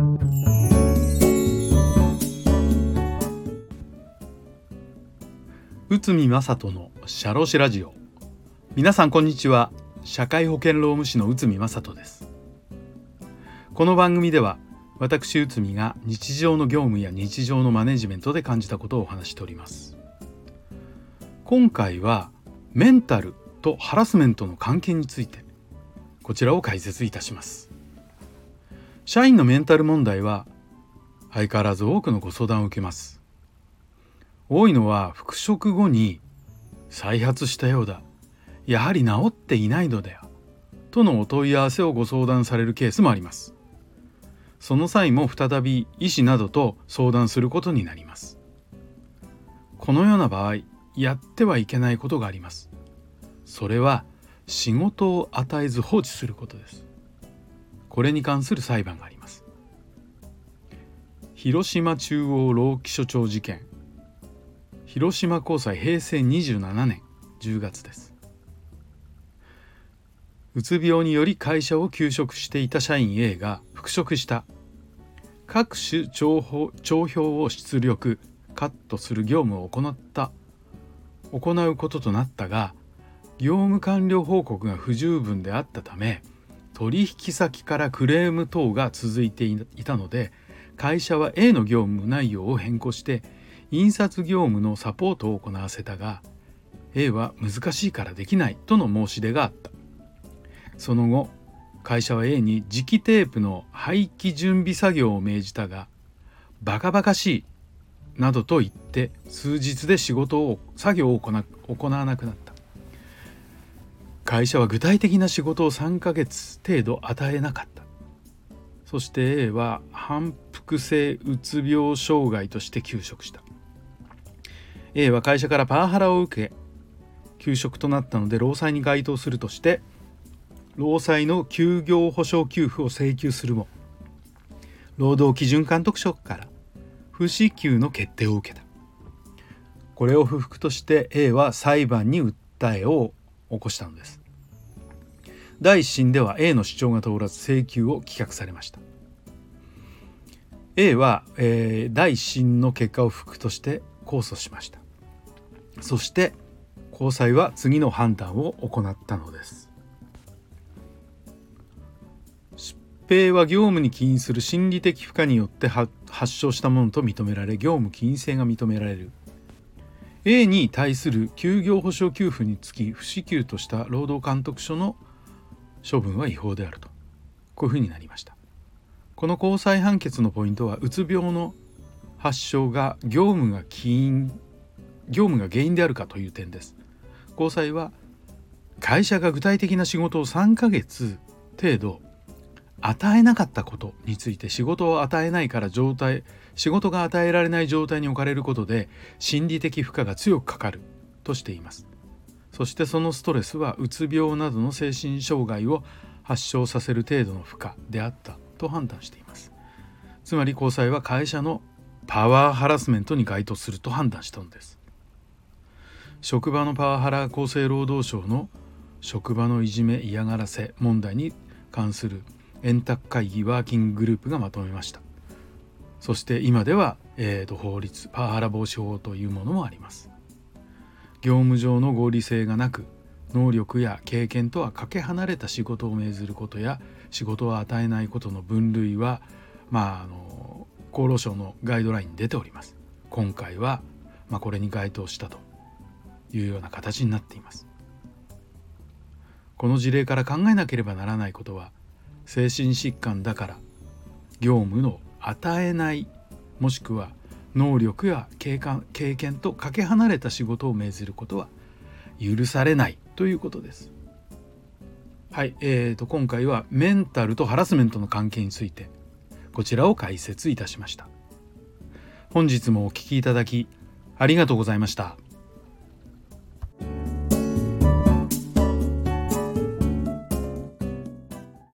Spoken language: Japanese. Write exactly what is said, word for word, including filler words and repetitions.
内海正人のシャロシラジオ。皆さんこんにちは。社会保険労務士の内海正人です。この番組では私内海が日常の業務や日常のマネジメントで感じたことをお話しております。今回はメンタルとハラスメントの関係について、こちらを解説いたします。社員のメンタル問題は相変わらず多くのご相談を受けます。多いのは復職後に再発したようだ、やはり治っていないのだよとのお問い合わせをご相談されるケースもあります。その際も再び医師などと相談することになります。このような場合、やってはいけないことがあります。それは仕事を与えず放置することです。これに関する裁判があります。広島中央労基署長事件、広島高裁へいせいにじゅうななねんじゅうがつです。うつ病により会社を休職していた社員 A が復職した。各種帳表を出力カットする業務を行った行うこととなったが、業務完了報告が不十分であったため、取引先からクレーム等が続いていたので、会社は A の業務内容を変更して印刷業務のサポートを行わせたが、 A は難しいからできないとの申し出があった。その後、会社は A に磁気テープの廃棄準備作業を命じたが、バカバカしいなどと言って数日で仕事を作業を行わなくなった。会社は具体的な仕事をさんかげつ程度与えなかった。そして A は反復性うつ病障害として休職した。 A は会社からパワハラを受け休職となったので、労災に該当するとして労災の休業補償給付を請求するも、労働基準監督署から不支給の決定を受けた。これを不服として A は裁判に訴えを起こしたのです。第一審では A の主張が通らず請求を棄却されました。 A は、えー、第一審の結果を不服として控訴しました。そして高裁は次の判断を行ったのです。疾病は業務に起因する心理的負荷によって発症したものと認められ、業務起因性が認められる。 A に対する休業補償給付につき不支給とした労働監督署の処分は違法であると、こういうふうになりました。この高裁判決のポイントは、うつ病の発症が業務が起因業務が原因であるかという点です。高裁は会社が具体的な仕事をさんかげつ程度与えなかったことについて、仕事を与えないから状態仕事が与えられない状態に置かれることで心理的負荷が強くかかるとしています。そしてそのストレスはうつ病などの精神障害を発症させる程度の負荷であったと判断しています。つまり高裁は会社のパワーハラスメントに該当すると判断したのです。職場のパワハラ、厚生労働省の職場のいじめ嫌がらせ問題に関する円卓会議ワーキンググループがまとめました。そして今では、えー、と法律パワハラ防止法というものもあります。業務上の合理性がなく、能力や経験とはかけ離れた仕事を命ずることや仕事を与えないことの分類は、まあ、あの厚労省のガイドラインに出ております。今回は、まあ、これに該当したというような形になっています。この事例から考えなければならないことは、精神疾患だから業務の与えない、もしくは能力や経験、経験とかけ離れた仕事を命ずることは許されないということです。はい、えーと今回はメンタルとハラスメントの関係についてこちらを解説いたしました。本日もお聞きいただきありがとうございました。